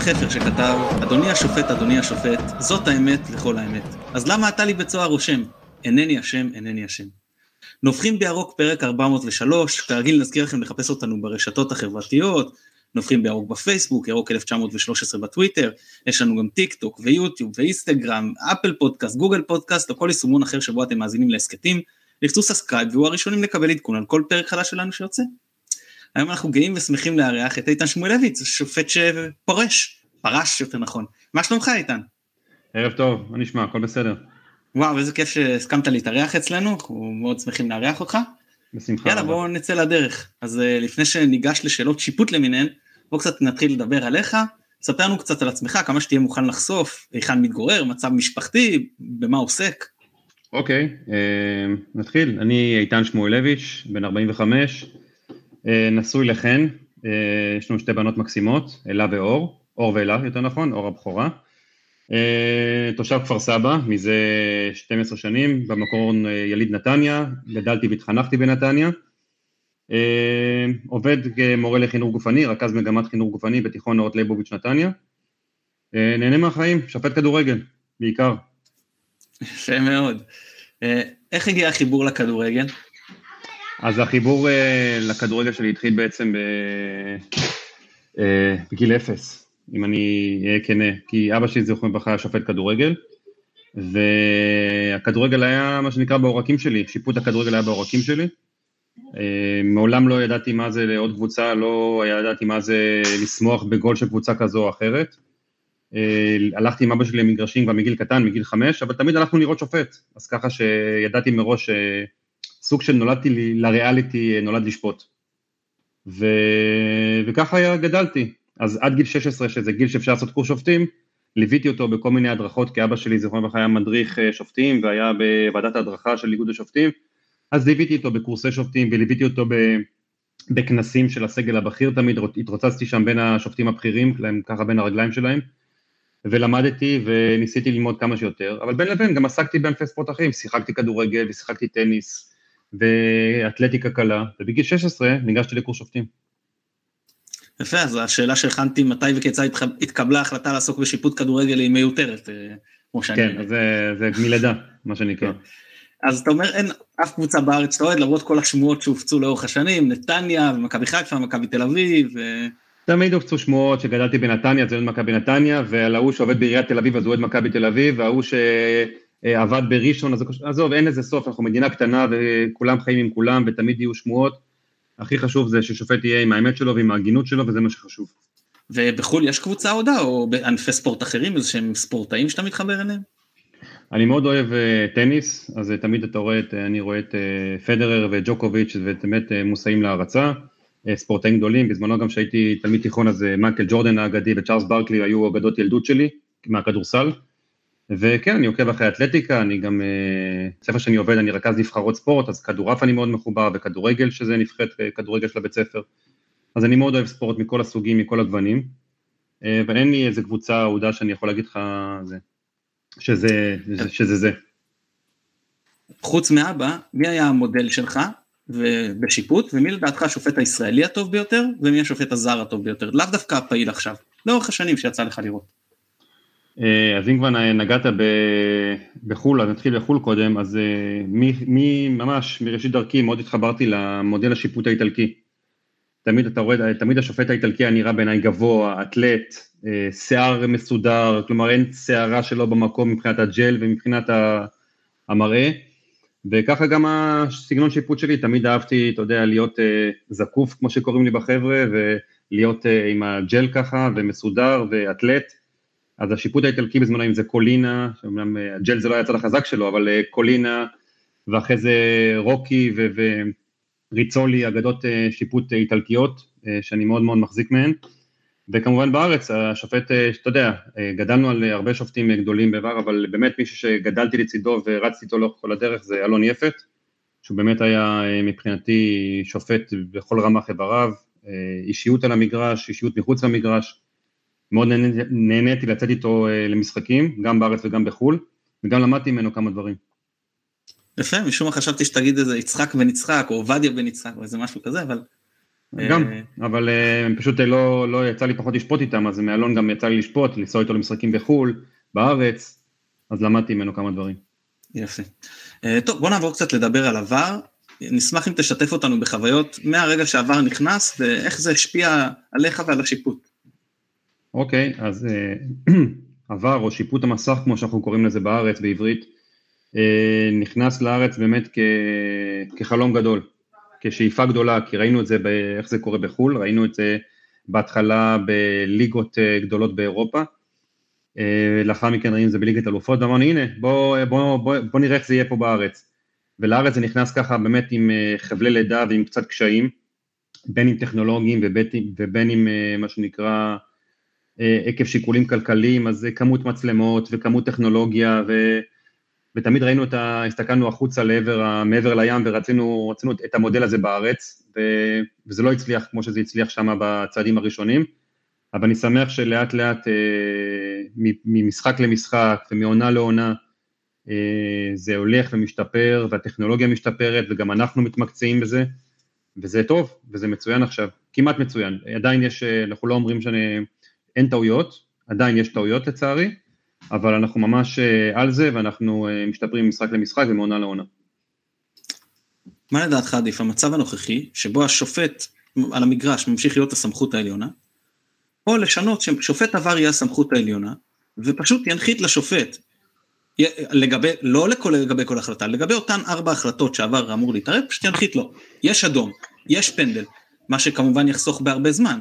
חפר שכתב, אדוני השופט, זאת האמת לכל האמת. אז למה אתה לי בצוהר רושם? אינני השם. נובחים בירוק פרק 403, כרגיל נזכיר לכם לחפש אותנו ברשתות החברתיות, נובחים בירוק בפייסבוק, ירוק 1913 בטוויטר, יש לנו גם טיק טוק ויוטיוב ואינסטגרם, אפל פודקאסט, גוגל פודקאסט, או כל יישומון אחר שבו אתם מאזינים להסקטים, לחצו סאבסקרייב והוא הראשונים לקבל עדכון על כל פרק חדש שלנו שיוצא. היום אנחנו גאים ושמחים לארח את איתן שמואלביץ, שופט פרש יותר נכון. מה שלומך איתן? ערב טוב, מה נשמע? הכל בסדר. וואו, איזה כיף שהסכמת להתארח אצלנו, אנחנו מאוד שמחים לארח אותך. בשמחה. יאללה, בואו נצא לדרך. אז לפני שניגש לשאלות שיפוט למיניהן, בואו קצת נתחיל לדבר עליך, ספר לנו קצת על עצמך, כמה שתהיה מוכן לחשוף, היכן מתגורר, מצב משפחתי, במה עוסק. אוקיי, נתחיל. אני איתן שמואלביץ, בן 45, נשוי לחן, יש לנו שתי בנות מקסימות, אלה ואור, אור ואלה יותר נכון, אור הבכורה, תושב כפר סבא, מזה 12 שנים, במקור יליד נתניה, גדלתי והתחנכתי בנתניה, עובד כמורה לחינוך גופני, רכז מגמת חינוך גופני בתיכון נאות ליבוביץ' נתניה, נהנה מהחיים, שופט כדורגל, בעיקר. יפה מאוד. איך הגיע החיבור לכדורגל? אז החיבור לכדורגל שלי התחיל בעצם בגיל 0, אם אני אהיה כנה, כי אבא שלי זכרונו לברכה היה שופט כדורגל, והכדורגל היה מה שנקרא בעורקים שלי, שיפוט הכדורגל היה בעורקים שלי, מעולם לא ידעתי מה זה לעוד קבוצה, לא ידעתי מה זה לשמוח בגול של קבוצה כזו או אחרת, הלכתי עם אבא שלי למגרשים כבר מגיל קטן, מגיל 5, אבל תמיד הלכנו לראות שופט, אז ככה שידעתי מראש סוג של נולדתי לריאליטי, נולד לשפוט. וככה גדלתי. אז עד גיל 16, שזה גיל שאפשר לעשות קורס שופטים, ליוויתי אותו בכל מיני הדרכות, כי אבא שלי זכרונו לברכה היה מדריך שופטים, והיה בוועדת ההדרכה של איגוד השופטים, אז ליוויתי אותו בקורסי שופטים, וליוויתי אותו בכנסים של הסגל הבכיר תמיד, התרוצצתי שם בין השופטים הבכירים, ככה בין הרגליים שלהם, ולמדתי וניסיתי ללמוד כמה שיותר, אבל בין לבין גם עסקתי בענפי ספורט אחרים, שיחקתי כדורגל ושיחקתי טניס, ואתלטיקה קלה, ובגיל 16 ניגשתי לקורס שופטים. יפה, אז השאלה שהכנתי מתי וכיצד התקבלה החלטה לעסוק בשיפוט כדורגל היא מיותרת, כמו שאני כן, זה מלידה, מה שנקרא. אז אתה אומר, אין אף קבוצה בארץ שאתה אוהד, למרות כל השמועות שהופצו לאורך השנים, נתניה ומכבי חיפה ומכבי תל אביב. תמיד הופצו שמועות שגדלתי בנתניה, אז אוהד מכבי נתניה, ועל ההוא שעובד בעיריית תל אביב, אז אוהד מכבי תל אביב, וההוא שעבד בראשון, אז עזוב, אין איזה סוף, אנחנו מדינה קטנה וכולם חיים עם כולם, ותמיד יהיו שמועות. הכי חשוב זה ששופט יהיה עם האמת שלו ועם ההגינות שלו, וזה מה שחשוב. ובחול יש קבוצה עודה, או בענפי ספורט אחרים, איזה שהם ספורטאים שאתה מתחבר אליהם? אני מאוד אוהב טניס, אז תמיד אני רואה את פדרר וג'וקוביץ' ובאמת מוסעים להרצה, ספורטאים גדולים, בזמנו גם שהייתי תלמיד תיכון, אז מייקל ג'ורדן האגדי וצ'ארלס ברקלי היו אגדות ילדות שלי, מהכדורסל, וכן, אני עוקב אחרי אתלטיקה, אני גם, ספר שאני עובד, אני רכז נבחרות ספורט, אז כדורף אני מאוד מחובר, וכדורגל שזה נבחרת כדורגל של הבית ספר, אז אני מאוד אוהב ספורט מכל הסוגים, מכל הגוונים, אבל אין לי איזה קבוצה עודה שאני יכול להגיד לך שזה זה. חוץ מאבא, מי היה המודל שלך בשיפוט, ומי לדעתך השופט הישראלי הטוב ביותר, ומי השופט הזר הטוב ביותר, לאו דווקא הפעיל עכשיו, לאורך השנים שיצא לך לראות. אז אם כבר נגעת בחול, אז נתחיל בחול קודם, אז ממש מראשית דרכי מאוד התחברתי למודל השיפוט האיטלקי. תמיד אתה רואה, תמיד השופט האיטלקי הנראה בעיניי גבוה, אתלט, שיער מסודר, כלומר אין שערה שלו במקום מבחינת הג'ל ומבחינת המראה, וככה גם הסגנון שיפוט שלי, תמיד אהבתי, אתה יודע, להיות זקוף, כמו שקוראים לי בחבר'ה, ולהיות עם הג'ל ככה, ומסודר, ואתלט, אז השיפוט האיטלקי בזמנו, אם זה קולינה, שאומנם הג'ל זה לא היה הצד החזק שלו, אבל קולינה, ואחרי זה רוקי וריצולי, אגדות שיפוט איטלקיות, שאני מאוד מאוד מחזיק מהן, וכמובן בארץ, השופט, אתה יודע, גדלנו על הרבה שופטים גדולים בעבר, אבל באמת מישהו שגדלתי לצידו ורצתי איתו לאורך כל הדרך, זה אלון יפת, שהוא באמת היה מבחינתי שופט בכל רמ"ח איבריו, אישיות על המגרש, אישיות מחוץ למגרש, מאוד נהניתי לצאת איתו למשחקים, גם בארץ וגם בחול, וגם למדתי ממנו כמה דברים. יפה, משום מה חשבתי שתגיד איזה יצחק בן יצחק, או עובדיה בן יצחק, או איזה משהו כזה, אבל גם, אבל פשוט לא יצא לי פחות לשפוט איתם, אז מאלון גם יצא לי לשפוט, לנסוע איתו למשחקים בחול, בארץ, אז למדתי ממנו כמה דברים. יפה. טוב, בוא נעבור קצת לדבר על עבר, נשמח אם תשתף אותנו בחוויות מהרגע שעבר נכנס, ואיך זה השפיע עליך ועל השיפוט. אוקיי, אז עבר או שיפוט המסך, כמו שאנחנו קוראים לזה בארץ, בעברית, נכנס לארץ באמת כחלום גדול, כשאיפה גדולה, כי ראינו את זה, איך זה קורה בחול, ראינו את זה בהתחלה בליגות גדולות באירופה, לאחר מכן ראינו את זה בליגת אלופות, ואמרנו, הנה, בוא נראה איך זה יהיה פה בארץ, ולארץ זה נכנס ככה באמת עם חבלי לידה ועם קצת קשיים, בין עם טכנולוגיים ובין עם מה שנקרא, עקב שיקולים כלכליים, אז כמות מצלמות וכמות טכנולוגיה, ותמיד ראינו הסתכלנו החוצה מעבר לים, ורצינו את המודל הזה בארץ, וזה לא הצליח כמו שזה הצליח שם בצעדים הראשונים, אבל אני שמח שלאט לאט ממשחק למשחק ומעונה לעונה, זה הולך ומשתפר, והטכנולוגיה משתפרת, וגם אנחנו מתמקצעים בזה, וזה טוב, וזה מצוין עכשיו, כמעט מצוין, עדיין אנחנו לא אומרים אין טעויות, עדיין יש טעויות לצערי, אבל אנחנו ממש על זה, ואנחנו משתפרים משחק למשחק ומעונה לעונה. מה לדעתך עדיף, המצב הנוכחי, שבו השופט על המגרש ממשיך להיות הסמכות העליונה, או לשנות ששופט עבר יהיה הסמכות העליונה, ופשוט ינחית לשופט, לא לגבי כל החלטה, לגבי אותן 4 החלטות שעבר אמור להתערב, פשוט ינחית לו, יש אדום, יש פנדל, מה שכמובן יחסוך בהרבה זמן.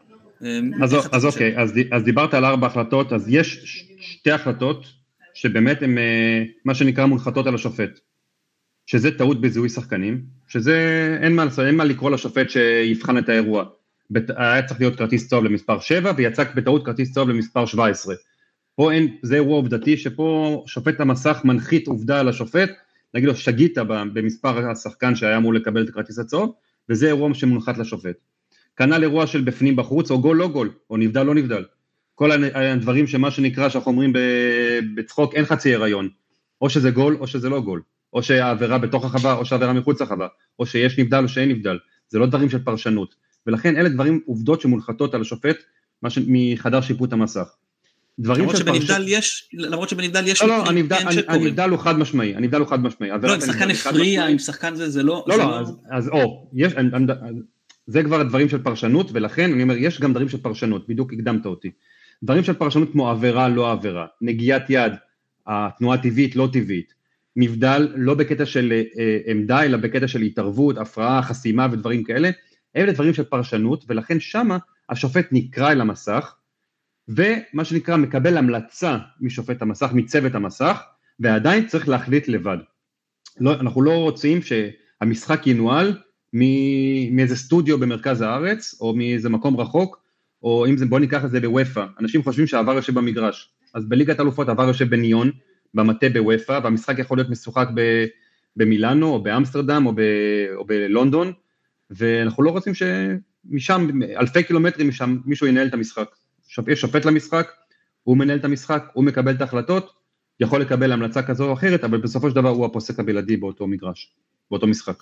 אז אוקיי, אז דיברת על 4 החלטות, אז יש 2 החלטות שבאמת הן מה שנקרא מונחתות על השופט, שזה טעות בזיהוי שחקנים, שזה אין מה לקרוא לשופט שיבחן את האירוע, היה צריך להיות כרטיס צהוב למספר 7, ויצק בטעות כרטיס צהוב למספר 17, פה זה אירוע עובדתי, שפה שופט המסך מנחית עובדה על השופט, נגיד לו שגית במספר השחקן שהיה אמור לקבל את הכרטיס הצהוב, וזה אירוע שמונחת לשופט. כנ"ל אירוע של בפנים בחוץ, או גול לא גול, או נבדל לא נבדל. כל הדברים שמה שנקרא, שאנחנו אומרים בצחוק, אין חצי הריון. או שזה גול, או שזה לא גול. או שהעבירה בתוך החווה, או שהעבירה מחוץ לחווה. או שיש נבדל, או שאין נבדל. זה לא דברים של פרשנות. ולכן אלה דברים, עובדות שמונחתות על השופט, מחדר שיפוט המסך. למרות שבנבדל יש... לא, הנבדל הוא חד משמעי. לא, אם שחקן הפריע, אם שחקן זה לא... לא, אז יש... זה כבר הדברים של פרשנות, ולכן אני אומר, יש גם דברים של פרשנות, בדיוק הקדמת אותי. דברים של פרשנות כמו עבירה, לא עבירה, נגיעת יד, התנועה טבעית, לא טבעית, נבדל לא בקטע של עמדה, אלא בקטע של התערבות, הפרעה, חסימה ודברים כאלה, אלה דברים של פרשנות, ולכן שמה השופט נקרא אל המסך, ומה שנקרא מקבל המלצה משופט המסך, מצוות המסך, ועדיין צריך להחליט לבד. אנחנו לא רוצים שהמשחק ינוהל, מאיזה סטודיו במרכז הארץ, או מאיזה מקום רחוק, או אם זה, בוא ניקח את זה בוויפה, אנשים חושבים שהעבר יושב במגרש, אז בליגת אלופות העבר יושב בניון, במטה בוויפה, והמשחק יכול להיות משוחק במילאנו, או באמסטרדם, או בלונדון, ואנחנו לא רוצים שמשם, אלפי קילומטרים משם, מישהו ינהל את המשחק. יש שופט למשחק, הוא מנהל את המשחק, הוא מקבל את ההחלטות, יכול לקבל המלצה כזו או אחרת, אבל בסופו של דבר הוא הפוסק הבלעדי באותו מגרש, באותו משחק.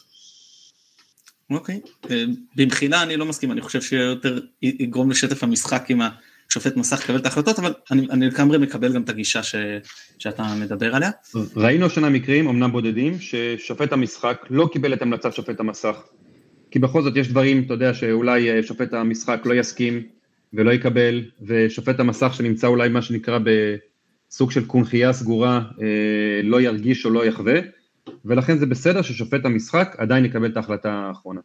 אוקיי, במחילה אני לא מסכים, אני חושב שיותר יגרום לשטף המשחק עם השופט מסך לקבל את ההחלטות, אבל אני לגמרי מקבל גם את הגישה שאתה מדבר עליה. ראינו שנה מקרים, אמנם בודדים, ששופט המשחק לא קיבל את המלצת שופט המסך, כי בכל זאת יש דברים, אתה יודע, שאולי שופט המשחק לא יסכים ולא יקבל, ושופט המסך שנמצא אולי מה שנקרא בסוג של קונחייה סגורה, לא ירגיש או לא יחווה, ולכן זה בסדר ששופט המשחק עדיין יקבל את ההחלטה האחרונה.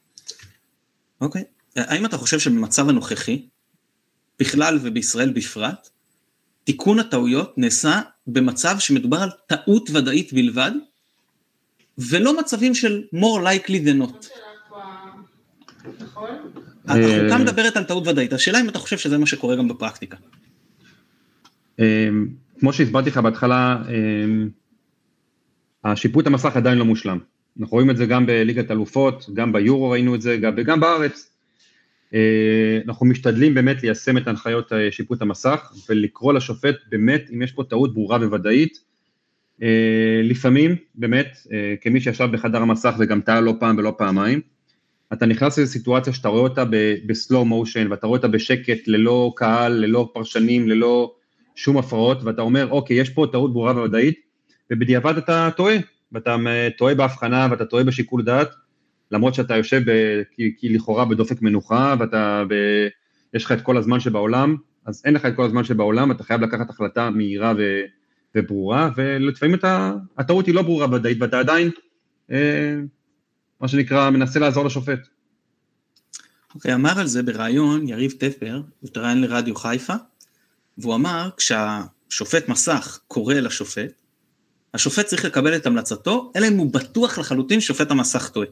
אוקיי. האם אתה חושב שבמצב הנוכחי, בכלל ובישראל בפרט, תיקון הטעויות נעשה במצב שמדובר על טעות ודאית בלבד, ולא מצבים של more likely than not? החוקה מדברת על טעות ודאית, השאלה אם אתה חושב שזה מה שקורה גם בפרקטיקה. כמו שהסברתי לך בהתחלה, השיפוט המסך עדיין לא מושלם. אנחנו רואים את זה גם בליגת אלופות, גם ביורו ראינו את זה, וגם בארץ. אנחנו משתדלים באמת ליישם את הנחיות שיפוט המסך, ולקרוא לשופט באמת, אם יש פה טעות ברורה וודאית, לפעמים, באמת, כמי שישב בחדר המסך וגם טעה לא פעם ולא פעמיים, אתה נכנס לאיזו סיטואציה שאתה רואה אותה בסלואו מושן, ואתה רואה אותה בשקט, ללא קהל, ללא פרשנים, ללא שום הפרעות, ואתה אומר, אוקיי, יש פה טעות ברורה וודאית, ובדיעבד אתה טועה, ואתה טועה בהבחנה, ואתה טועה בשיקול דעת, למרות שאתה יושב כי לכאורה בדופק מנוחה, יש לך את כל הזמן שבעולם, אז אין לך את כל הזמן שבעולם, אתה חייב לקחת החלטה מהירה וברורה, ולפעמים הטעות היא לא ברורה וודאית, ואתה עדיין, מה שנקרא, מנסה לעזור לשופט. אוקיי, אמר על זה ברעיון יריב טפר, הוא התראיין לרדיו חיפה, והוא אמר, כשהשופט מסך קורא לשופט, השופט צריך לקבל את המלצתו, אלא אם הוא בטוח לחלוטין שופט המסך טועה.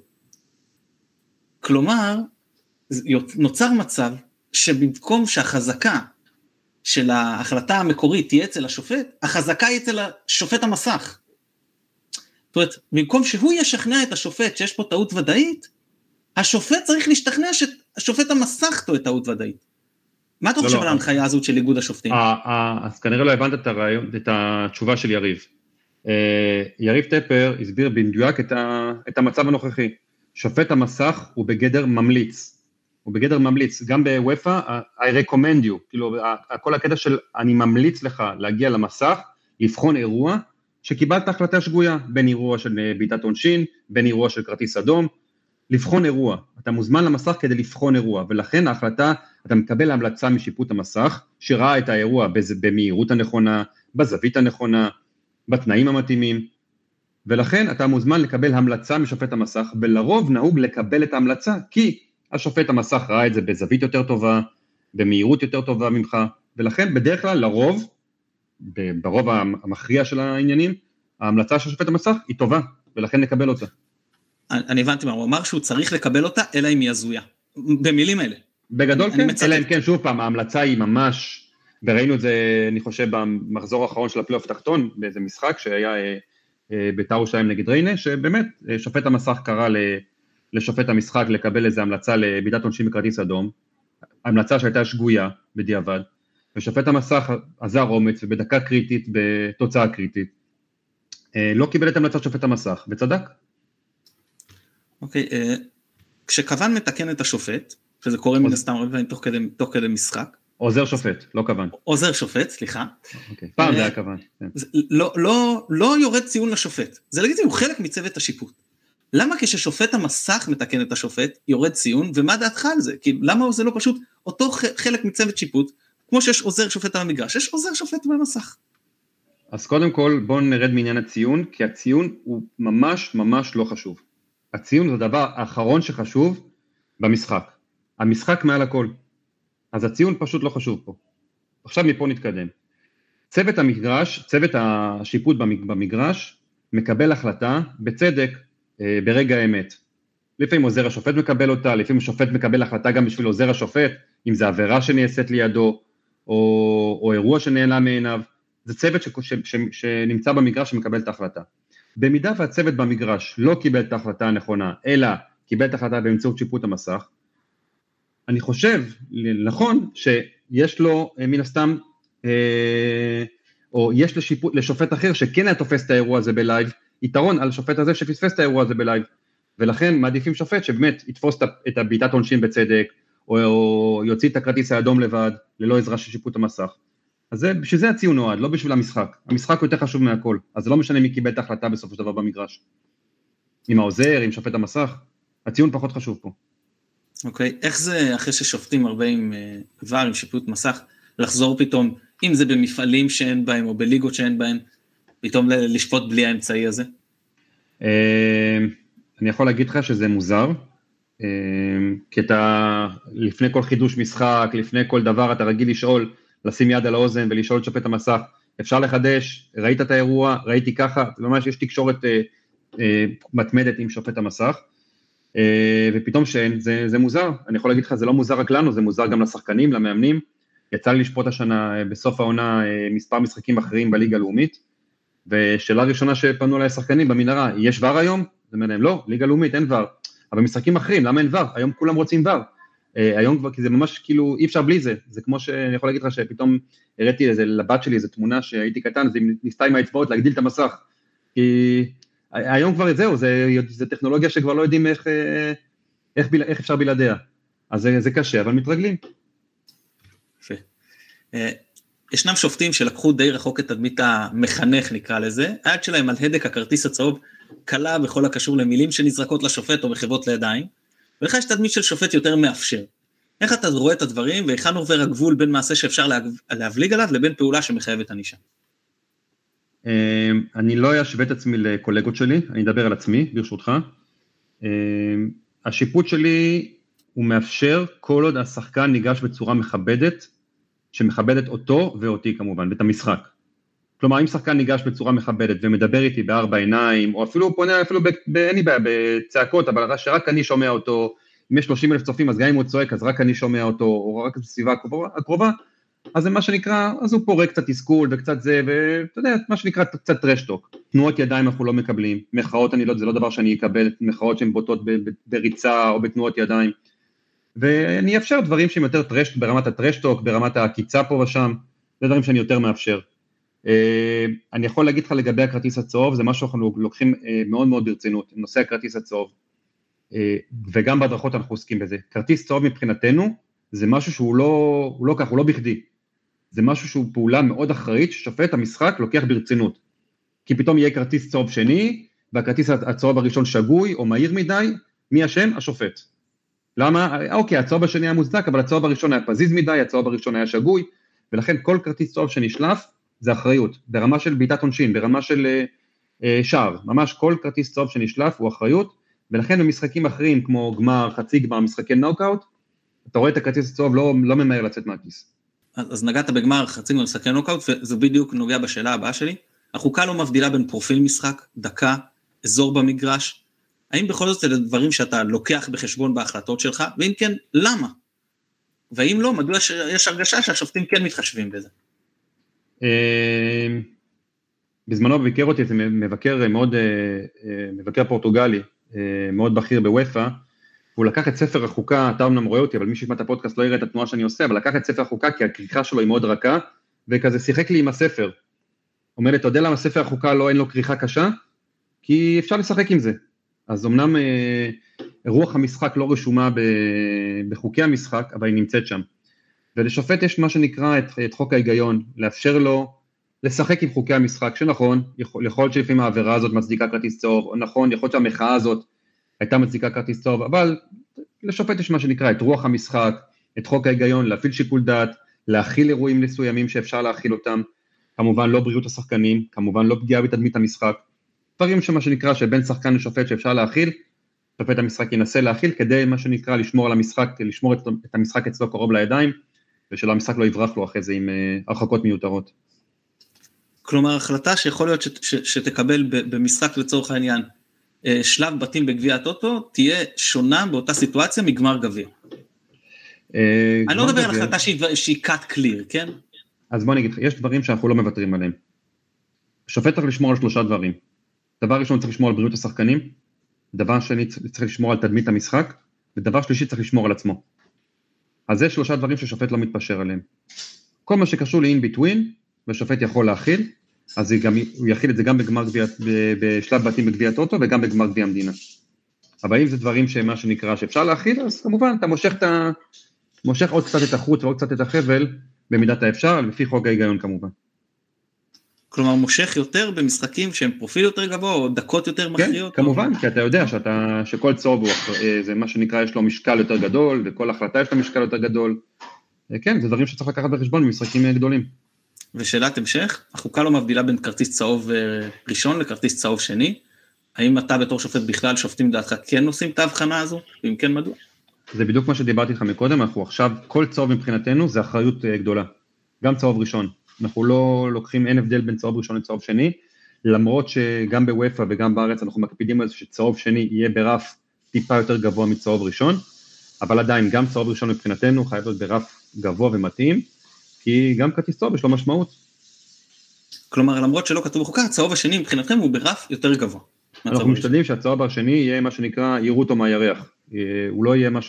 כלומר, נוצר מצב שבמקום שהחזקה של ההחלטה המקורית תהיה אצל השופט, החזקה היא אצל השופט המסך. זאת אומרת, במקום שהוא ישכנע את השופט שיש פה טעות ודאית, השופט צריך להשתכנע שהשופט המסך טועה טעות ודאית. מה אתה חושב על ההנחיה הזאת של איגוד השופטים? אז כנראה לא הבנת את התשובה של יריב. יריב טפר הסביר במדויק את המצב הנוכחי. שופט המסך הוא בגדר ממליץ. הוא בגדר ממליץ. גם בוופא, I recommend you. כאילו, כל הקטע של אני ממליץ לך להגיע למסך, לבחון אירוע, שקיבלת החלטה שגויה, בין אירוע של בעיטת עונשין, בין אירוע של כרטיס אדום, לבחון אירוע. אתה מוזמן למסך כדי לבחון אירוע, ולכן ההחלטה, אתה מקבל המלצה משיפוט המסך, שראה את האירוע במהירות הנכונה, בזווית הנכונה, בתנאים המתאימים, ולכן אתה מוזמן לקבל המלצה משופט המסך, ולרוב נהוג לקבל את ההמלצה, כי השופט המסך ראה את זה בזווית יותר טובה, במהירות יותר טובה ממך, ולכן בדרך כלל לרוב, ברוב המכריע של העניינים, ההמלצה של שופט המסך היא טובה, ולכן נקבל אותה. אני הבנתי מה, הוא אמר שהוא צריך לקבל אותה, אלא אם היא הזויה. במילים האלה. בגדול כן, אלא אם כן, שוב פעם, ההמלצה היא ממש, וראינו את זה, אני חושב, במחזור האחרון של הפלייאוף תחתון, באיזה משחק שהיה בית"ר ירושלים נגד ריינה, שבאמת שופט המסך קרא לשופט המשחק לקבל איזו המלצה לבעיטת עונשין בכרטיס אדום, המלצה שהייתה שגויה בדיעבד, ושופט המסך עזר אומץ, ובדקה קריטית, בתוצאה קריטית, לא קיבל את המלצת שופט המסך, וצדק. אוקיי, כשכוון מתקן את השופט, שזה קורה מן הסתם תוך כדי משחק. עוזר שופט, לא כוון. עוזר שופט, סליחה. אוקיי, פעם זה היה כוון. לא יורד ציון לשופט, זה לגיטימי, הוא חלק מצוות השיפוט. למה כששופט המסך מתקן את השופט, יורד ציון, ומה דעתך על זה? כי למה זה לא פשוט אותו חלק מצוות שיפוט, כמו שיש עוזר שופט על המגרש, יש עוזר שופט במסך. אז קודם כל בואו נרד מעניין הציון, כי הציון הוא ממש ממש לא חשוב. הציון זה הדבר האחרון שחשוב במשחק. המשחק מעל הכל. אז הציון פשוט לא חשוב פה. עכשיו מפה נתקדם. צוות המגרש, צוות השיפוט במגרש, מקבל החלטה בצדק ברגע האמת. לפעמים עוזר השופט מקבל אותה, לפעמים השופט מקבל החלטה גם בשביל עוזר השופט, אם זה עבירה שנעשית לידו, או אירוע שנעלם מעיניו. זה צוות שנמצא במגרש שמקבל את ההחלטה. במידה והצוות במגרש לא קיבל את ההחלטה הנכונה, אלא קיבל את ההחלטה באמצעות שיפוט המסך, אני חושב, נכון, שיש לו מן הסתם, או יש לשופט אחר שכן היה תופס את האירוע הזה בלייב, יתרון על השופט הזה שפספס את האירוע הזה בלייב, ולכן מעדיפים שופט שבאמת יתפוס את הבעיטת עונשין בצדק, או יוציא את הכרטיס האדום לבד, ללא עזרה של שיפוט המסך. אז בשביל זה הציון נועד, לא בשביל המשחק. המשחק הוא יותר חשוב מהכל, אז זה לא משנה מי קיבל את ההחלטה בסופו של דבר במגרש. עם העוזר, עם שופט המסך, הציון פחות חשוב פה. אוקיי, איך זה אחרי ששופטים הרבה עם כבר, עם שיפוט מסך, לחזור פתאום, אם זה במפעלים שאין בהם, או בליגות שאין בהם, פתאום לשפוט בלי האמצעי הזה? אני יכול להגיד לך שזה מוזר, כי אתה, לפני כל חידוש משחק, לפני כל דבר, אתה רגיל לשאול, לשים יד על האוזן ולשאול את שופט המסך, אפשר לחדש, ראית את האירוע, ראיתי ככה, ממש יש תקשורת מתמדת עם שופט המסך, ופתאום שאין, זה מוזר, אני יכול להגיד לך, זה לא מוזר רק לנו, זה מוזר גם לשחקנים, למאמנים, יצא לי לשפוט השנה בסוף העונה מספר משחקים אחרים בליגה הלאומית, ושאלה ראשונה שפנו אליי שחקנים במנהרה, יש ור היום? זה אומר להם, לא, ליגה לאומית אין ור, אבל משחקים אחרים, למה אין ור? היום כולם רוצים ור. היום כבר, כי זה ממש כאילו, אי אפשר בלי זה, זה כמו שאני יכול להגיד לך שפתאום הראיתי לבת שלי איזו תמונה שהייתי קטן, אז היא ניסתה עם האצבעות להגדיל את המסך, כי היום כבר זהו, זה טכנולוגיה שכבר לא יודעים איך אפשר בלעדיה? אז זה קשה, אבל מתרגלים. יפה. ישנם שופטים שלקחו די רחוק את תדמית המחנך, נקרא לזה, היד שלהם על הדק הכרטיס הצהוב, קלה בכל הקשור למילים שנזרקות לשופט או מחוות לידיים, ולך יש תדמית של שופט יותר מאפשר. איך אתה רואה את הדברים, והיכן עובר הגבול בין מעשה שאפשר להבליג עליו, לבין פעולה שמחייבת ענישה? אני לא אשווה את עצמי לקולגות שלי, אני אדבר על עצמי, ברשותך. השיפוט שלי הוא מאפשר כל עוד השחקן ניגש בצורה מכבדת, שמכבדת אותו ואותי כמובן, ואת המשחק. כלומר, אם שחקן ניגש בצורה מכבדת ומדבר איתי בארבע עיניים, או אפילו פונה, אין לי בעיה, בצעקות, אבל שרק אני שומע אותו, אם יש 30,000 צופים, אז גם אם הוא צועק, אז רק אני שומע אותו, או רק בסביבה הקרובה, אז זה מה שנקרא, אז הוא פורק קצת תסכול וקצת זה, ואתה יודע, מה שנקרא קצת טרשטוק. תנועות ידיים אנחנו לא מקבלים, מחאות זה לא דבר שאני אקבל, מחאות שהן בוטות בריצה או בתנועות ידיים, ואני אפשר דברים שהם יותר ברמת הטרשטוק, ברמת הקיצה פה ושם, זה דברים שאני יותר מאפשר. אני יכול להגיד לך לגבי הכרטיס הצהוב, זה משהו שאנחנו לוקחים מאוד מאוד ברצינות, נושא הכרטיס הצהוב, וגם בהדרכות אנחנו עוסקים בזה. כרטיס צהוב מבחינתנו, זה משהו שהוא לא כך, הוא לא בכדי. זה משהו שהוא פעולה מאוד אחראית, ששופט המשחק לוקח ברצינות. כי פתאום יהיה כרטיס צהוב שני, והכרטיס הצהוב הראשון שגוי או מהיר מדי, מי השם? השופט. למה? אוקיי, הצהוב השני היה מוצדק, אבל הצהוב הראשון היה פזיז מדי, הצהוב הראשון היה שגוי, ולכן כל כרטיס צהוב שנשלף, זה אחריות. ברמה של בעיטת עונשין, ברמה של שער. ממש כל כרטיס צהוב שנשלף הוא אחריות, ולכן במשחקים אחרים, כמו גמר, חצי גמר, משחקי נוקאוט, אתה רואה את הכרטיס הצהוב לא ממהר לצאת מהכיס. אז נגעת בגמר חצי גמר משחקי נוקאוט, וזה בדיוק נוגע בשאלה הבאה שלי. החוקה לא מבדילה בין פרופיל משחק, דקה, אזור במגרש. האם בכל זאת אלה דברים שאתה לוקח בחשבון בהחלטות שלך, ואם כן, למה? והאם לא, מדוע יש הרגשה שהשופטים כן מתחשבים בזה? בזמנו ביקר אותי, זה מבקר פורטוגלי, מאוד בכיר בוויפה, הוא לקח את ספר החוקה, אתה אמנם רואה אותי, אבל מי שישמע את הפודקאסט לא יראה את התנועה שאני עושה, אבל לקח את ספר החוקה, כי הכריכה שלו היא מאוד רכה, וכזה שיחק לי עם הספר. אומר לי, אתה יודע למה ספר החוקה אין לו כריכה קשה? כי אפשר לשחק עם זה. אז אמנם רוח המשחק לא רשומה בחוקי המשחק, אבל היא נמצאת שם. ולשופט יש מה שנקרא את חוק ההיגיון, לאפשר לו לשחק עם חוקי המשחק, שנכון, יכול להיות שלפעמים העבירה הזאת מצדיקה כרטיס צהוב, או נכון, יכול להיות שהמחאה הזאת הייתה מצדיקה כרטיס צהוב, אבל לשופט יש מה שנקרא את רוח המשחק, את חוק ההיגיון, להפעיל שיקול דעת, להכיל אירועים מסוימים שאפשר להכיל אותם, כמובן לא בריאות השחקנים, כמובן לא פגיעה בתדמית המשחק, דברים שמה שנקרא שבין שחקן לשופט שאפשר להכיל, שופט המשחק ינסה להכיל כדי מה שנקרא לשמור על המשחק, לשמור את המשחק אצלו קרוב לידיים, ושלא המשחק לא יברח לו אחרי זה עם הרחקות מיותרות. כלומר, החלטה שיכול להיות שתקבל במשחק לצורך העניין, שלב בתים בגביע הטוטו, תהיה שונה באותה סיטואציה מגמר גביע. אני לא מדבר על החלטה שהיא cut clear, כן? אז בוא נגיד, יש דברים שאנחנו לא מוותרים עליהם. שופט צריך לשמור על 3 דברים. דבר ראשון צריך לשמור על בריאות השחקנים, דבר שני צריך לשמור על תדמית המשחק, ודבר שלישי צריך לשמור על עצמו. אז זה 3 דברים ששופט לא מתפשר עליהם. כל מה שקשור ל-in between, ושופט יכול להכיל, אז הוא יכיל את זה גם בשלב בתים בגביע הטוטו, וגם בגמר גביע המדינה. אבל אם זה דברים שמה שנקרא שאפשר להכיל, אז כמובן אתה מושך עוד קצת את החוט ועוד קצת את החבל, במידת האפשר, לפי חוק ההיגיון כמובן. כלומר, מושך יותר במשחקים שהם פרופיל יותר גבוה, או דקות יותר מכריעות? כן, כמובן, כי אתה יודע שכל צהוב זה מה שנקרא, יש לו משקל יותר גדול, וכל החלטה יש לו משקל יותר גדול. כן, זה דברים שצריך לקחת בחשבון במשחקים גדולים. ושאלת המשך, החוקה לא מבדילה בין כרטיס צהוב ראשון לכרטיס צהוב שני, האם אתה בתור שופט בכלל שופטים דעתך כן עושים את ההבחנה הזו, ואם כן מדוע? זה בדיוק מה שדיברתי לך מקודם, אנחנו עכשיו, כל צהוב מבחינתנו זה אחריות גדולה, גם צהוב ראשון, אנחנו לא לוקחים, אין הבדל בין צהוב ראשון לצהוב שני, למרות שגם בוויפה וגם בארץ אנחנו מקפידים על זה שצהוב שני יהיה ברף טיפה יותר גבוה מצהוב ראשון, אבל עדיין גם צהוב ראשון מבחינתנו חייב להיות ברף גבוה ומתאים, כי גם כרטיס צהוב יש לו משמעות. כלומר, למרות שלא כתוב בחוקה, הצהוב השני מבחינתכם הוא ברף יותר גבוה. אנחנו משתדלים שהצהוב השני יהיה מה שנקרא, יראו אותו מהירח. הוא לא יהיה מה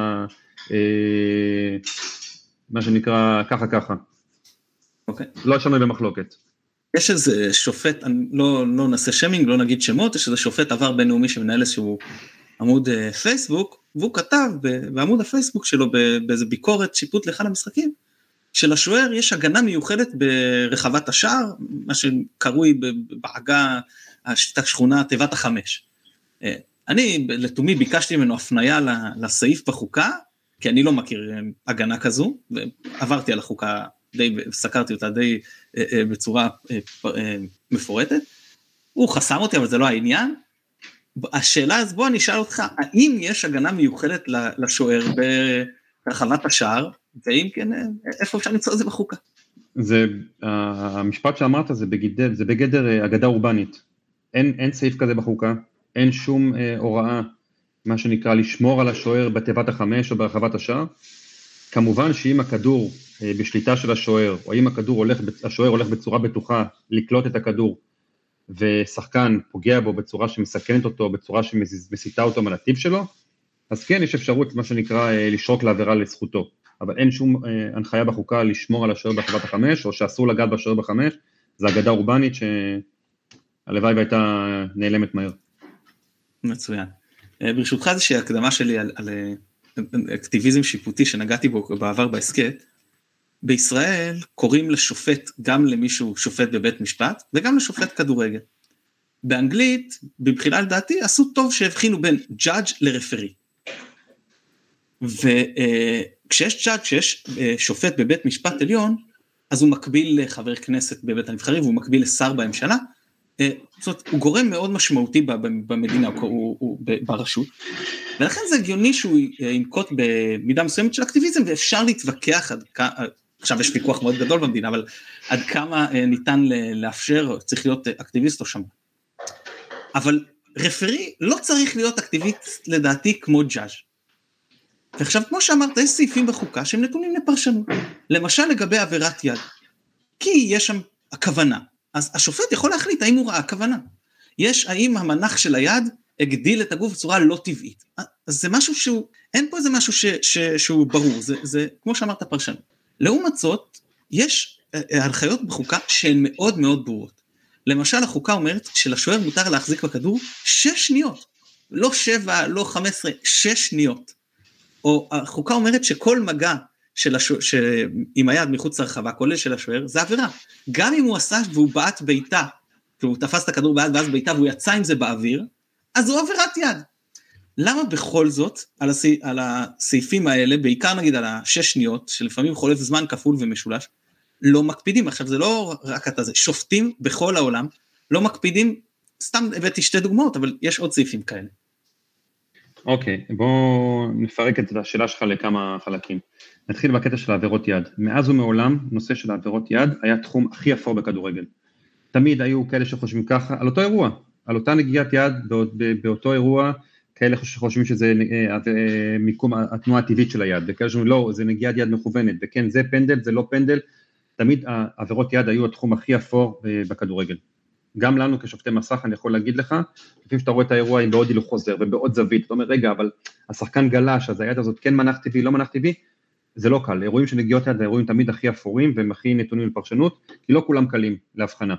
שנקרא ככה. אוקיי. לא שנוי במחלוקת. יש איזה שופט, לא נעשה שמינג, לא נגיד שמות, יש איזה שופט עבר בינלאומי שמנהל איזשהו עמוד פייסבוק, והוא כתב בעמוד הפייסבוק שלו, באיזה ביקורת שיפוט לאחד המשחקים, שלשוער יש הגנה מיוחדת ברחבת השער, מה שקרוי בעגה השכונה תיבת החמש. אני לתומי ביקשתי ממנו הפניה לסעיף בחוקה, כי אני לא מכיר הגנה כזו, ועברתי על החוקה, סקרתי אותה די בצורה מפורטת, הוא חסם אותי, אבל זה לא העניין. השאלה, אז בוא אני אשאל אותך, האם יש הגנה מיוחדת לשוער ברחבת השער, ואם כן, איפה אפשר למצוא את זה בחוקה? המשפט שאמרת זה בגדר אגדה אורבנית, אין סעיף כזה בחוקה, אין שום הוראה, מה שנקרא לשמור על השוער בתיבת החמש או ברחבת השער, כמובן שאם הכדור בשליטה של השוער, או אם השוער הולך בצורה בטוחה לקלוט את הכדור, ושחקן פוגע בו בצורה שמסכנת אותו, בצורה שמסיתה אותו מהנתיב שלו, אז כן יש אפשרות מה שנקרא לשרוק לעבירה לזכותו, אבל אין שום הנחיה בחוקה לשמור על השוער ברחבת החמש, או שאסור לגעת בשוער בחמש, זה אגדה אורבנית שהלוואי והייתה נעלמת מהר. מצוין. ברשותך זה שהקדמה שלי על אקטיביזם שיפוטי שנגעתי בו בעבר בעסקת, בישראל קוראים לשופט גם למישהו שופט בבית משפט, וגם לשופט כדורגל. באנגלית, בבחינה לדעתי, עשו טוב שהבחינו בין judge לרפרי. וכשיש judge, כשיש שופט בבית משפט עליון, אז הוא מקביל לחבר כנסת בבית הנבחרים, והוא מקביל לשר בממשלה, זאת אומרת, הוא גורם מאוד משמעותי במדינה, הוא ברשות, ולכן זה הגיוני שהוא ינקוט במידה מסוימת של אקטיביזם, ואפשר להתווכח עכשיו יש ויכוח מאוד גדול במדינה, אבל עד כמה ניתן לאפשר, צריך להיות אקטיביסט או שמרן. אבל רפרי לא צריך להיות אקטיביסט לדעתי כמו ג'אז'. ועכשיו כמו שאמרת, יש סעיפים בחוקה שהם נתונים לפרשנות, למשל לגבי עבירת יד, כי יש שם הכוונה, אז השופט יכול להחליט האם הוא ראה הכוונה, האם המנח של היד הגדיל את הגוף בצורה לא טבעית, אז זה משהו שהוא, אין פה איזה משהו שהוא ברור, זה כמו שאמרת פרשנות. לעומת זאת, יש הנחיות בחוקה שהן מאוד מאוד ברורות. למשל, החוקה אומרת שלשוער מותר להחזיק בכדור 6 שניות, לא 7, לא 15, 6 שניות. או החוקה אומרת שכל מגע עם היד מחוץ לרחבה, כולל של השוער, זה עבירה. גם אם הוא עשה והוא בעט בעיטה, והוא תפס את הכדור בעט ואז בעיטה והוא יצא עם זה באוויר, אז הוא עבירת יד. למה בכל זאת, על הסעיפים האלה, בעיקר נגיד על 6 שניות, שלפעמים חולף זמן כפול ומשולש, לא מקפידים? עכשיו זה לא רק את זה, שופטים בכל העולם, לא מקפידים, סתם הבאתי 2 דוגמאות, אבל יש עוד סעיפים כאלה. אוקיי, בואו נפרק את השאלה שלך לכמה חלקים. נתחיל בקטע של העבירות יד. מאז ומעולם, נושא של העבירות יד היה תחום הכי אפור בכדורגל. תמיד היו כאלה שחושבים ככה, על אותו אירוע, על אותה נגיעת יד, באותו אירוע, כאלה שחושבים שזה מיקום התנועה הטבעית של היד, וכאלה שאומרים לא, זה נגיעת יד מכוונת, וכן, זה פנדל, זה לא פנדל, תמיד העבירות יד היו התחום הכי אפור בכדורגל. גם לנו כשופטי מסך, אני יכול להגיד לך, לפעמים שאתה רואה את האירוע עם בעוד הילוך חוזר, ובעוד זווית, אתה אומר, רגע, אבל השחקן גלש, אז היד הזאת כן מנח טבעי, לא מנח טבעי, זה לא קל, אירועים של נגיעות יד, האירועים תמיד הכי אפורים, והם הכי נתונים לפרשנות, כי לא כולם קלים להבחנה.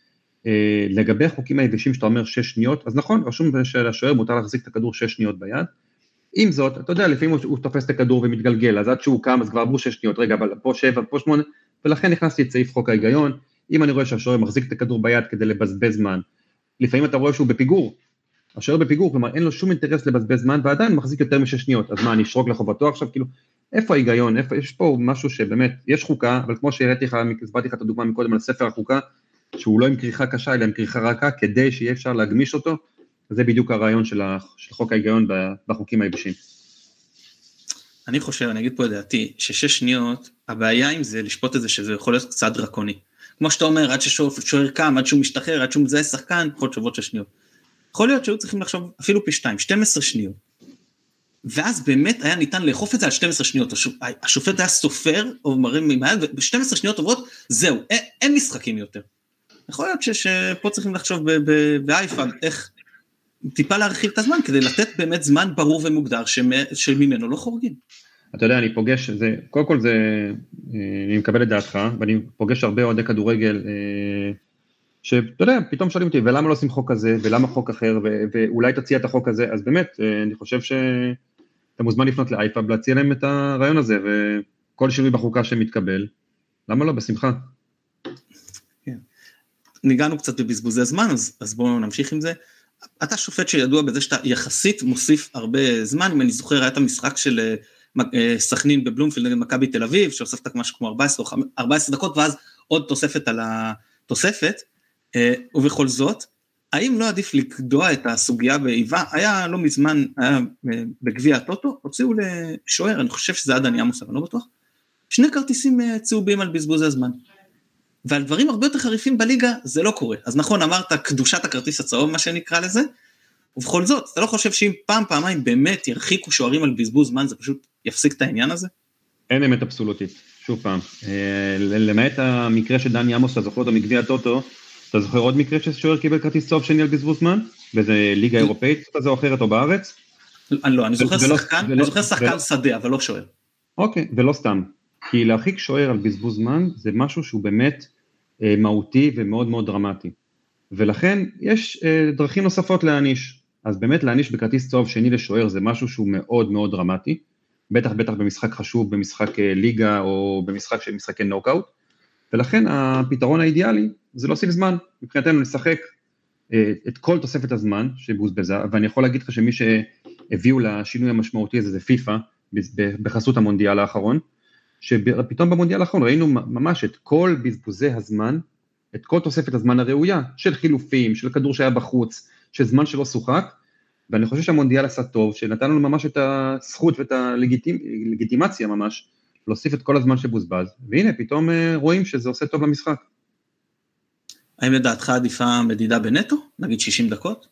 לגבי חוקים היבשים שאתה אומר 6 שניות, אז נכון, רשום שלשוער מותר להחזיק את הכדור 6 שניות ביד, עם זאת, אתה יודע, לפעמים הוא תופס את הכדור ומתגלגל, אז עד שהוא קם, אז כבר עברו 6 שניות, רגע, אבל פה 7, פה 8, ולכן נכנסתי את סעיף חוק ההיגיון, אם אני רואה שהשוער מחזיק את הכדור ביד כדי לבזבז זמן, לפעמים אתה רואה שהוא בפיגור, השוער בפיגור, כלומר אין לו שום אינטרס לבזבז זמן, ועדיין מחזיק יותר מ6 שניות, אז מה, אני אשרוק לחובתו עכשיו, כאילו, איפה ההיגיון, יש פה משהו שבאמת, יש חוקה, אבל כמו שהראיתי לך, הסברתי לך את הדוגמה מקודם על ספר החוקה, שהוא לא עם כריכה קשה, אלא עם כריכה רכה, כדי שיהיה אפשר להגמיש אותו, זה בדיוק הרעיון של חוק ההיגיון בחוקים היבשים. אני חושב, אני אגיד פה לדעתי, ש6 שניות, הבעיה עם זה, לשפוט את זה, שזה יכול להיות קצת דרקוני. כמו שאתה אומר, עד ששוער קם, עד שהוא משתחרר, עד שהוא מזהה שחקן, יכול להיות שוות 6 שניות. יכול להיות שהיו צריכים לחשוב אפילו פי 2, 12 שניות. ואז באמת היה ניתן לאכוף את זה על 12 שניות. השופט היה סופר, או מראים ממעל, וב-12 שניות עוברות, זהו, אין משחקים יותר. יכול להיות שפה צריכים לחשוב באייפה, איך טיפה להרחיב את הזמן, כדי לתת באמת זמן ברור ומוגדר, שממנו לא חורגים. אתה יודע, אני פוגש, קודם כל זה, אני מקבל את דעתך, ואני פוגש הרבה אוהדי כדורגל, שאתה יודע, פתאום שואלים אותי, ולמה לא עושים חוק כזה, ולמה חוק אחר, ואולי תציע את החוק הזה, אז באמת, אני חושב אתה מוזמן לפנות לאייפאב, להציע להם את הרעיון הזה, וכל שינוי בחוקה שמתקבל, למה לא? בשמחה. ניגענו קצת בבזבוזי זמן, אז בואו נמשיך עם זה. אתה שופט שידוע בזה שאתה יחסית מוסיף הרבה זמן, אם אני זוכר, היה את המשחק של סכנין בבלומפילד נגד מכבי תל אביב, שהוספת משהו כמו 14 דקות, ואז עוד תוספת על התוספת, ובכל זאת, האם לא עדיף לקדוע את הסוגיה באיבה? היה לא מזמן, היה בגביע הטוטו, הוציאו לשוער, אני חושב שזה עד דני עמוס, אבל לא בטוח, 2 כרטיסים צהובים על בזבוזי הזמן. ועל דברים הרבה יותר חריפים בליגה, זה לא קורה. אז נכון, אמרת, קדושת הכרטיס הצהוב, מה שנקרא לזה, ובכל זאת, אתה לא חושב שאם פעמיים באמת ירחיקו שוערים על בזבוז זמן, זה פשוט יפסיק את העניין הזה? אין אמת אבסולוטית, שוב פעם. למעט המקרה של דני עמוס, אתה זוכר אותו מגביע הטוטו, אתה זוכר עוד מקרה ששוער קיבל כרטיס צהוב שני על בזבוז זמן? באיזה ליגה אירופאית כזה או אחרת או בארץ? לא, אני זוכר שחקן שדה, אבל לא שוער. אוקיי, ולא סתם. כי להרחיק שוער על בזבוז זמן, זה משהו שהוא באמת מהותי ומאוד מאוד דרמטי. ולכן יש דרכים נוספות להעניש. אז באמת להעניש בכרטיס צהוב שני לשוער, זה משהו שהוא מאוד מאוד דרמטי. בטח במשחק חשוב, במשחק ליגה, או במשחק של משחקי נוקאוט. ולכן הפתרון האידיאלי, זה להוסיף זמן. מבחינתנו לשחק את כל תוספת הזמן שבוזבזה, ואני יכול להגיד לך שמי שהביאו לשינוי המשמעותי הזה, זה פיפה, בחסות המונדיאל האחרון, שפתאום במונדיאל האחרון ראינו ממש את כל בזבוזי הזמן, את כל תוספת הזמן הראויה, של חילופים, של כדור שהיה בחוץ, של זמן שלא שוחק, ואני חושב שהמונדיאל עשה טוב, שנתן לנו ממש את הזכות ואת הלגיטימציה ממש, להוסיף את כל הזמן שבוזבז, והנה פתאום רואים שזה עושה טוב למשחק. האם לדעתך עדיפה מדידה בנטו? נגיד 60 דקות?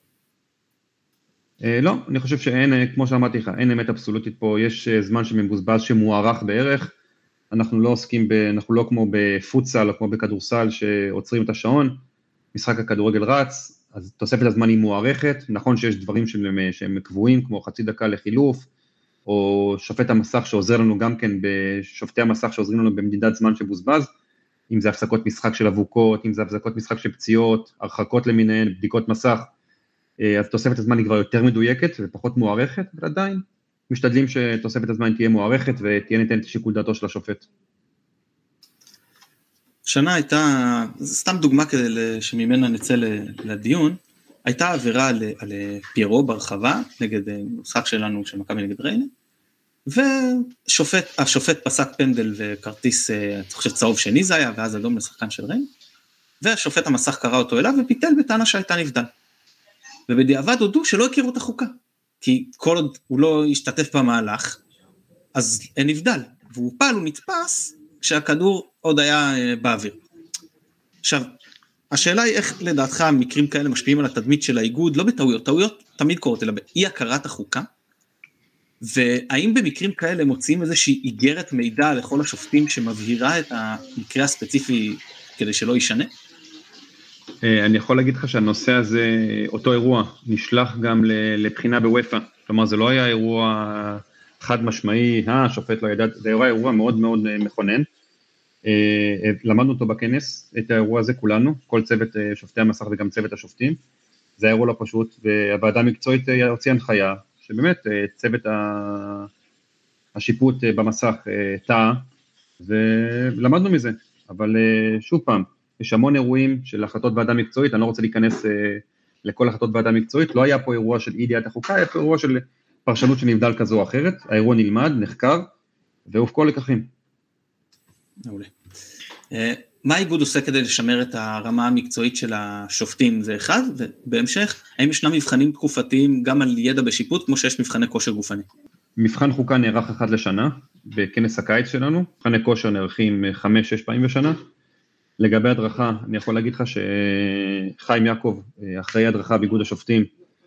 לא, אני חושב שאין, כמו שאמרתי לך, אין אמת אבסולוטית פה, יש זמן שמבוזבז שמוערך בערך, אנחנו לא כמו בפוטסל או כמו בכדורסל שעוצרים את השעון, משחק הכדורגל רץ, אז תוספת הזמן היא מוערכת, נכון שיש דברים שהם קבועים, כמו חצי דקה לחילוף, או שופט המסך שעוזר לנו גם כן, בשופטי המסך שעוזרים לנו במדידת זמן שבוזבז, אם זה הפסקות משחק של אבוקות, אם זה הפסקות משחק של פציעות, הרחקות למיניהן, בדיקות מסך, אז תוספת הזמן היא כבר יותר מדויקת ופחות מוערכת, אבל עדיין משתדלים שתוספת הזמן תהיה מוערכת ותהיה ניתנת שיקול דעתו של השופט. שנה הייתה, סתם דוגמה כדי שממנה נצא לדיון, הייתה עבירה על פיירו ברחבה, נגד משחק שלנו של מכבי נגד ריינה, והשופט פסק פנדל וכרטיס, אני חושב צהוב שני זה היה, ואז אדום לשחקן של ריינה, והשופט המסך קרא אותו אליו ופיתל בטענה שהייתה נבדל. ובדיעבד הודו שלא הכירו את החוקה, כי כל עוד הוא לא השתתף במהלך, אז אין נבדל, והוא נתפס כשהכדור עוד היה באוויר. עכשיו, השאלה היא איך לדעתך מקרים כאלה משפיעים על התדמית של האיגוד, לא בטעויות, טעויות תמיד קורות, אלא באי הכרת החוקה, והאם במקרים כאלה מוצאים איזושהי איגרת מידע לכל השופטים שמבהירה את המקרה הספציפי כדי שלא יישנה? אני יכול להגיד לך שהנושא הזה, אותו אירוע, נשלח גם לבחינה בוויפה, כלומר זה לא היה אירוע חד משמעי, השופט לא ידע, זה היה אירוע מאוד מאוד מכונן, למדנו אותו בכנס, את האירוע הזה כולנו, כל צוות שופטי המסך וגם צוות השופטים, זה היה אירוע לא פשוט, והוועדה המקצועית הוציאה הנחיה, שבאמת צוות השיפוט במסך טעה, ולמדנו מזה, אבל שוב פעם, יש המון אירועים של החלטות ועדה מקצועית, אני לא רוצה להיכנס לכל החלטות ועדה מקצועית, לא היה פה אירוע של אי ידיעת החוקה, היה פה אירוע של פרשנות שנבדל כזו או אחרת, האירוע נלמד, נחקר, והופקו לקחים. מעולה. מה האיגוד עושה כדי לשמר את הרמה המקצועית של השופטים? זה אחד, ובהמשך, האם ישנם מבחנים תקופתיים גם על ידע בשיפוט, כמו שיש מבחני כושר גופני? מבחן חוקה נערך אחת לשנה, בכנס הקיץ שלנו, מבחני כושר נערכים 5-6 פעמים בשנה, לגבי הדרכה, אני יכול להגיד לך שחיים יעקב, אחראי הדרכה באיגוד השופטים,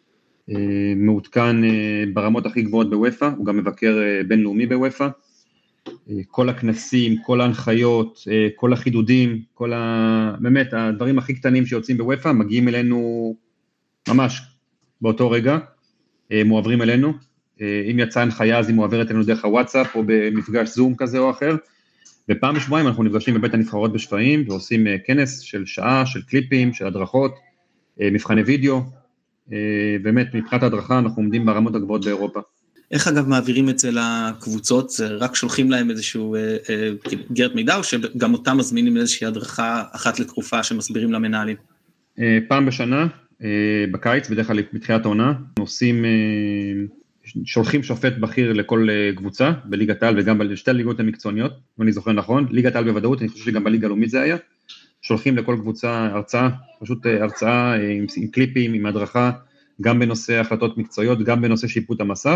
מעודכן ברמות הכי גבוהות בוויפה, הוא גם מבקר בינלאומי בוויפה, כל הכנסים, כל ההנחיות, כל החידודים, באמת הדברים הכי קטנים שיוצאים בוויפה, מגיעים אלינו ממש באותו רגע, מועברים אלינו, אם יצאה הנחיה אז היא מועברת אלינו דרך הוואטסאפ או במפגש זום כזה או אחר, ופעם בשבועיים אנחנו נפגשים בבית הנבחרות בשפיים, ועושים כנס של שעה, של קליפים, של הדרכות, מבחני וידאו, באמת מבחינת ההדרכה אנחנו עומדים ברמות הגבוהות באירופה. איך אגב מעבירים את זה לקבוצות? זה רק שולחים להם איזשהו גרת מידע, או שגם אותם מזמינים איזושהי הדרכה אחת לתקופה שמסבירים למנהלים? פעם בשנה, בקיץ, בדרך כלל בתחילת העונה, שולחים שופט בכיר לכל קבוצה, בליגת העל וגם בשתי הליגות המקצועניות, אם אני זוכר נכון, ליגת העל בוודאות, אני חושב שגם בליגה הלאומית זה היה, שולחים לכל קבוצה הרצאה, פשוט הרצאה עם קליפים, עם הדרכה, גם בנושא החלטות מקצועיות, גם בנושא שיפוט המסך,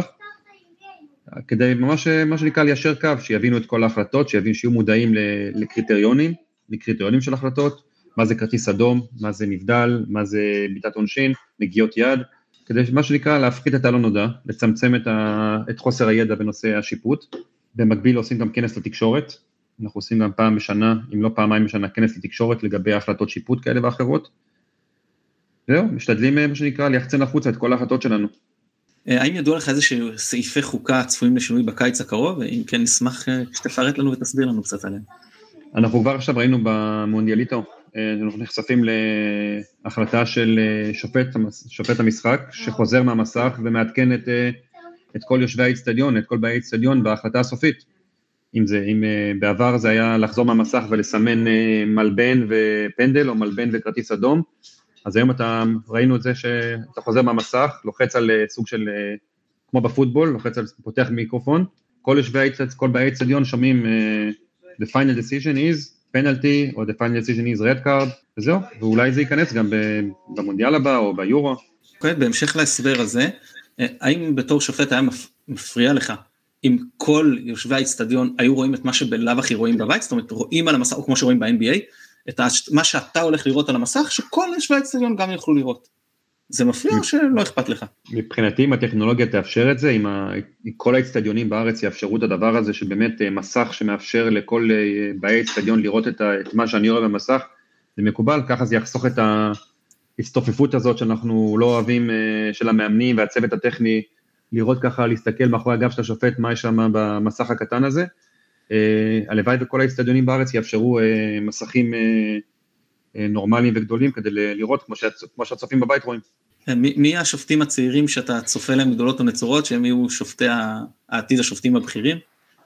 כדי ממש מה שנקרא ליישר קו, שיבינו את כל ההחלטות, שיהיו מודעים לקריטריונים של החלטות, מה זה כרטיס אדום, מה זה נבדל, מה זה בעיטת עונשין, נגיעות יד, כדי מה שנקרא להפחית את הלא נודע, לצמצם את חוסר הידע בנושא השיפוט, במקביל עושים גם כנס לתקשורת, אנחנו עושים גם פעם בשנה, אם לא פעמיים בשנה, כנס לתקשורת לגבי החלטות שיפוט כאלה ואחרות, זהו, משתדלים מה שנקרא ליחצן החוצה את כל ההחלטות שלנו. האם ידוע לך איזשהו סעיפי חוקה צפויים לשינוי בקיץ הקרוב, ואם כן נשמח שתפרט לנו ותסביר לנו קצת עליהם. אנחנו כבר עכשיו ראינו במונדיאליטו, אנחנו נחשפים להחלטה של שופט המשחק, שחוזר מהמסך ומעדכן את כל יושבי האצטדיון, את כל באי האצטדיון בהחלטה הסופית. אם בעבר זה היה לחזור מהמסך ולסמן מלבן ופנדל, או מלבן וכרטיס אדום, אז היום ראינו את זה שאתה חוזר מהמסך, לוחץ על סוג של, כמו בפוטבול, פותח מיקרופון, כל באי האצטדיון שומעים, the final decision is penalty, או the final decision is red card, וזהו, ואולי זה ייכנס גם במונדיאל הבא, או ביורו. אוקיי, בהמשך להסבר הזה, האם בתור שופט היה מפריע לך, אם כל יושבי האצטדיון היו רואים את מה שבלאו הכי רואים בבית, זאת אומרת, רואים על המסך, או כמו שרואים ב-NBA, את מה שאתה הולך לראות על המסך, שכל יושבי האצטדיון גם יוכלו לראות. זה מפריע או שלא אכפת לך? מבחינתי, אם הטכנולוגיה תאפשר את זה, אם כל האצטדיונים בארץ יאפשרו את הדבר הזה, שבאמת מסך שמאפשר לכל באי האצטדיון לראות את מה שאני רואה במסך, זה מקובל, ככה זה יחסוך את ההסתופפות הזאת שאנחנו לא אוהבים של המאמנים והצוות הטכני, לראות ככה, להסתכל מאחורי הגב של השופט, מה יש שם במסך הקטן הזה. הלוואי וכל האצטדיונים בארץ יאפשרו מסכים נורמליים וגדולים, כדי לראות כמו שהצופים בבית רואים. מי השופטים הצעירים שאתה צופה להם גדולות או נצורות, שהם יהיו שופטי העתיד השופטים הבכירים?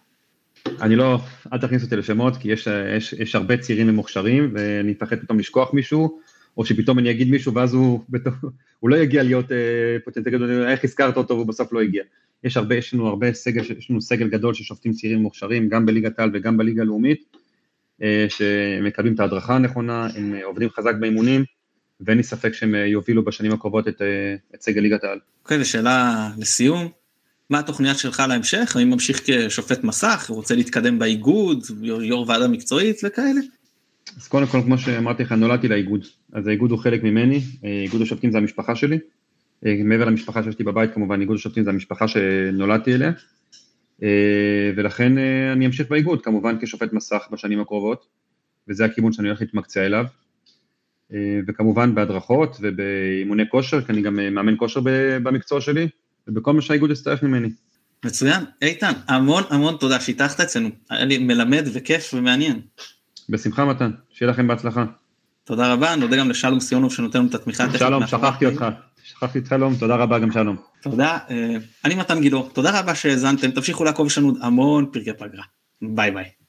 אל תכניס אותי לשמות, כי יש הרבה צעירים ומוכשרים, ואני מפחד פתאום לשכוח מישהו, או שפתאום אני אגיד מישהו, ואז הוא לא יגיע להיות פוטנציאל גדול, איך הזכרת אותו, והוא בסוף לא יגיע. יש לנו סגל גדול של שופטים צעירים ומוכשרים, גם בליגת העל וגם בליגה הלאומית, שמקבלים את ההדרכה הנכונה, הם עובדים חזק באימונים, ואין לי ספק שהם יובילו בשנים הקרובות את סגל ליגת העל. אוקיי, ושאלה לסיום, מה התוכניות שלך להמשך? האם ממשיך כשופט מסך, רוצה להתקדם באיגוד, יו"ר ועדה מקצועית וכאלה? אז קודם כל, כמו שאמרתי לך, נולדתי לאיגוד, אז האיגוד הוא חלק ממני, איגוד השופטים זה המשפחה שלי, מעבר למשפחה שיש לי בבית, כמובן, איגוד השופטים זה המשפחה שנולדתי אליה, ולכן אני אמשיך באיגוד, כמובן כשופט מסך בשנים הקרובות, וזה הכיוון שאני הולך להתמקצע אליו, וכמובן בהדרכות ובאימוני כושר, כי אני גם מאמן כושר במקצוע שלי, ובכל מה שהאיגוד יצטרף ממני. מצוין, איתן, המון תודה שהתארחת אצלנו, היה לי מלמד וכיף ומעניין. בשמחה מתן, שיהיה לכם בהצלחה. תודה רבה, נודה גם לשלום סיונוב שנותן לנו את התמיכה. שלום, שכחתי אותך שלום, תודה רבה גם שלום. תודה, אני מתן גילו, תודה רבה שהאזנתם, תמשיכו לעקוב, יש לנו המון פרקי פגרה, ביי ביי.